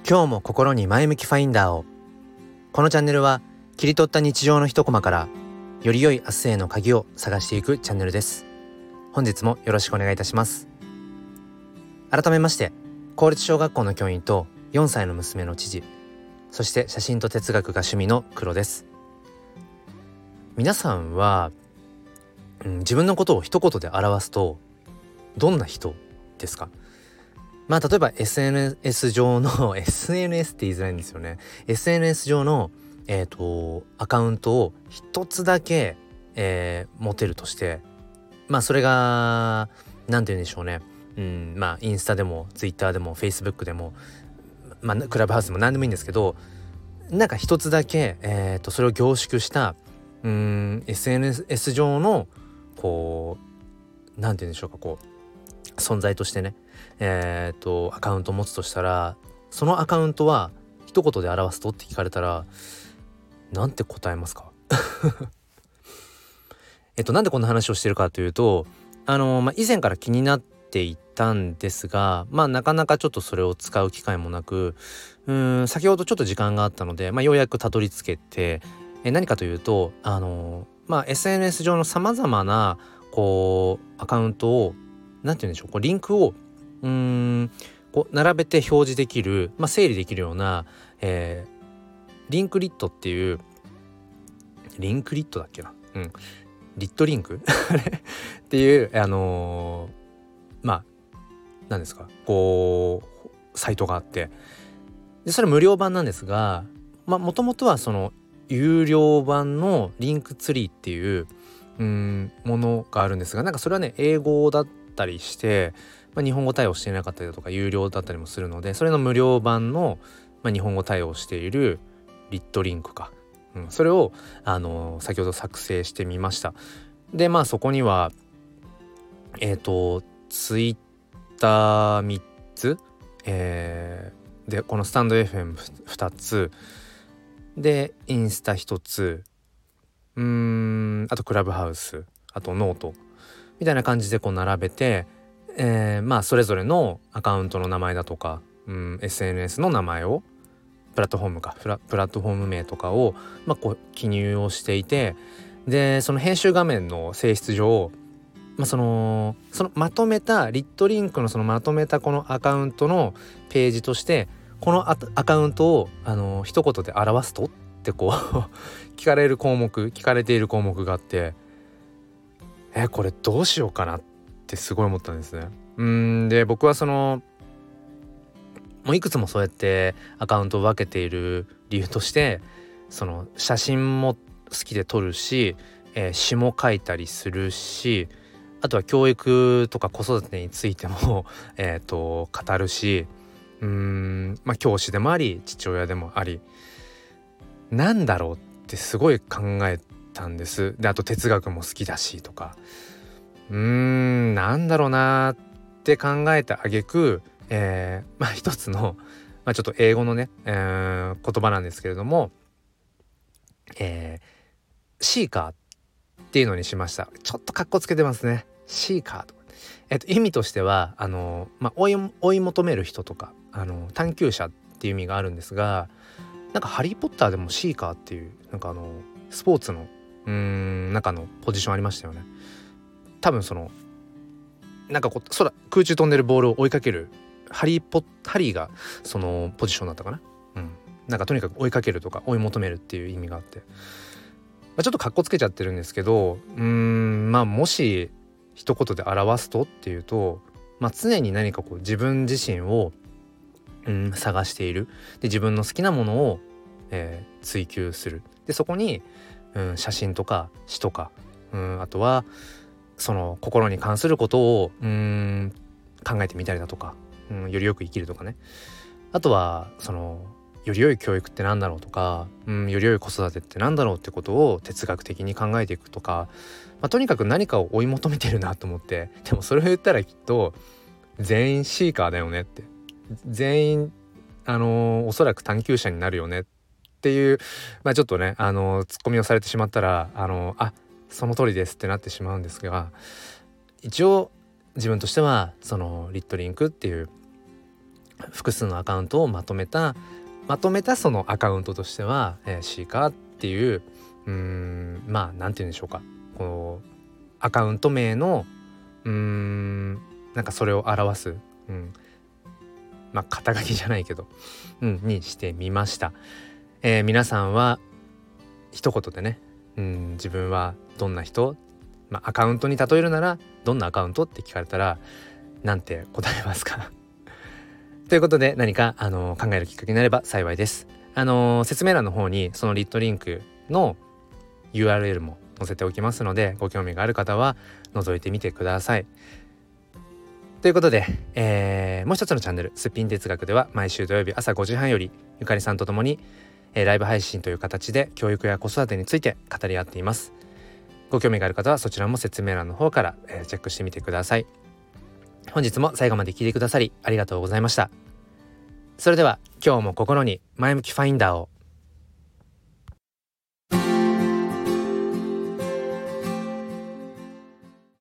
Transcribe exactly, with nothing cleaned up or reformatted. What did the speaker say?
今日も心に前向きファインダーを。このチャンネルは切り取った日常の一コマからより良い明日への鍵を探していくチャンネルです。本日もよろしくお願いいたします。改めまして、公立小学校の教員とよんさいの娘の父、そして写真と哲学が趣味の黒です。皆さんは、うん、自分のことを一言で表すとどんな人ですか？まあ例えば エスエヌエス 上のエスエヌエス って言いづらいんですよね。 エスエヌエス 上のえっとアカウントを一つだけ、えー、持てるとして、まあそれがなんて言うんでしょうね、うん、まあインスタでもツイッターでもフェイスブックでも、まあクラブハウスでも何でもいいんですけど、なんか一つだけ、えー、とそれを凝縮したうーん エスエヌエス 上のこうなんて言うんでしょうか、こう存在としてね、えー、とアカウントを持つとしたら、そのアカウントは一言で表すとって聞かれたらなんて答えますか？えっとなんでこんな話をしてるかというと、あの、まあ、以前から気になっていたんですが、まあなかなかちょっとそれを使う機会もなく、うーん先ほどちょっと時間があったので、まあ、ようやくたどり着けて、え何かというと、あのまあ エスエヌエス 上のさまざまなこうアカウントをなんて言うんでしょう、こうリンクをうーんこう並べて表示できる、まあ、整理できるような、えー、リンクリットっていうリンクリットだっけな、うんリットリンクっていうあのー、まあ何ですか、こうサイトがあって、でそれ無料版なんですが、まあもともとはその有料版のリンクツリーっていううーんものがあるんですが、なんかそれはね英語だったりして、まあ、日本語対応していなかったりだとか有料だったりもするので、それの無料版の、まあ、日本語対応しているリットリンクか、うん、それを、あのー、先ほど作成してみました。でまあそこにはえっ、ー、とツイッターみっつ、えー、でこのスタンド エフエムふたつでインスタひとつ、うーんあとクラブハウス、あとノートみたいな感じでこう並べて、えー、まあそれぞれのアカウントの名前だとか、うん、エスエヌエス の名前をプラットフォームかプラ、プラットフォーム名とかを、まあ、こう記入をしていて、でその編集画面の性質上、まあ、そのそのまとめたリットリンクのそのまとめたこのアカウントのページとして、このアカウントをあの一言で表すとってこう聞かれる項目聞かれている項目があって、えこれどうしようかなってすごい思ったんですね。うーんで僕はそのもういくつもそうやってアカウントを分けている理由として、その写真も好きで撮るし、えー、詩も書いたりするし、あとは教育とか子育てについてもえーと語るし、うーんまあ教師でもあり父親でもあり、なんだろうってすごい考えたんです。であと哲学も好きだしとか、うーんなんだろうなって考えた挙句、えー、まあ一つの、まあ、ちょっと英語のね、えー、言葉なんですけれども、えー、シーカーっていうのにしました。ちょっとカッコつけてますね、シーカーと。えっと意味としてはあの、まあ、追い、追い求める人とかあの探求者っていう意味があるんですが、なんかハリーポッターでもシーカーっていうなんかあのスポーツのうーん中のポジションありましたよね。多分そのなんかこう空空中飛んでるボールを追いかけるハリーポッハリーがそのポジションだったかな。うん。なんかとにかく追いかけるとか追い求めるっていう意味があって、まあ、ちょっとカッコつけちゃってるんですけど、うーんまあもし一言で表すとっていうと、まあ常に何かこう自分自身を、うん、探している。で自分の好きなものを、えー、追求する。でそこに、うん、写真とか詩とか、うん、あとはその心に関することをうーん考えてみたりだとか、うん、よりよく生きるとかね、あとはそのより良い教育ってなんだろうとか、うん、より良い子育てってなんだろうってことを哲学的に考えていくとか、まあ、とにかく何かを追い求めてるなと思って。でもそれを言ったらきっと全員シーカーだよねって、全員あのー、おそらく探求者になるよねっていう、まあちょっとねあのー、ツッコミをされてしまったらあのー、あその通りですってなってしまうんですが、一応自分としてはそのリットリンクっていう複数のアカウントをまとめたまとめたそのアカウントとしては、えー、シーカーっていううーんまあなんて言うんでしょうか、こうアカウント名のうーんなんかそれを表す、うん、まあ肩書きじゃないけど、うん、にしてみました。えー、皆さんは一言でね、うん、自分はどんな人、まあ、アカウントに例えるならどんなアカウントって聞かれたらなんて答えますかということで、何かあの考えるきっかけになれば幸いです。あの説明欄の方にそのリットリンクの ユーアールエル も載せておきますので、ご興味がある方は覗いてみてください。ということで、えー、もう一つのチャンネルすっぴん哲学では毎週土曜日朝ごじはんよりゆかりさんとともに、えー、ライブ配信という形で教育や子育てについて語り合っています。ご興味がある方はそちらも説明欄の方から、えー、チェックしてみてください。本日も最後まで聞いてくださりありがとうございました。それでは今日も心に前向きファインダーを。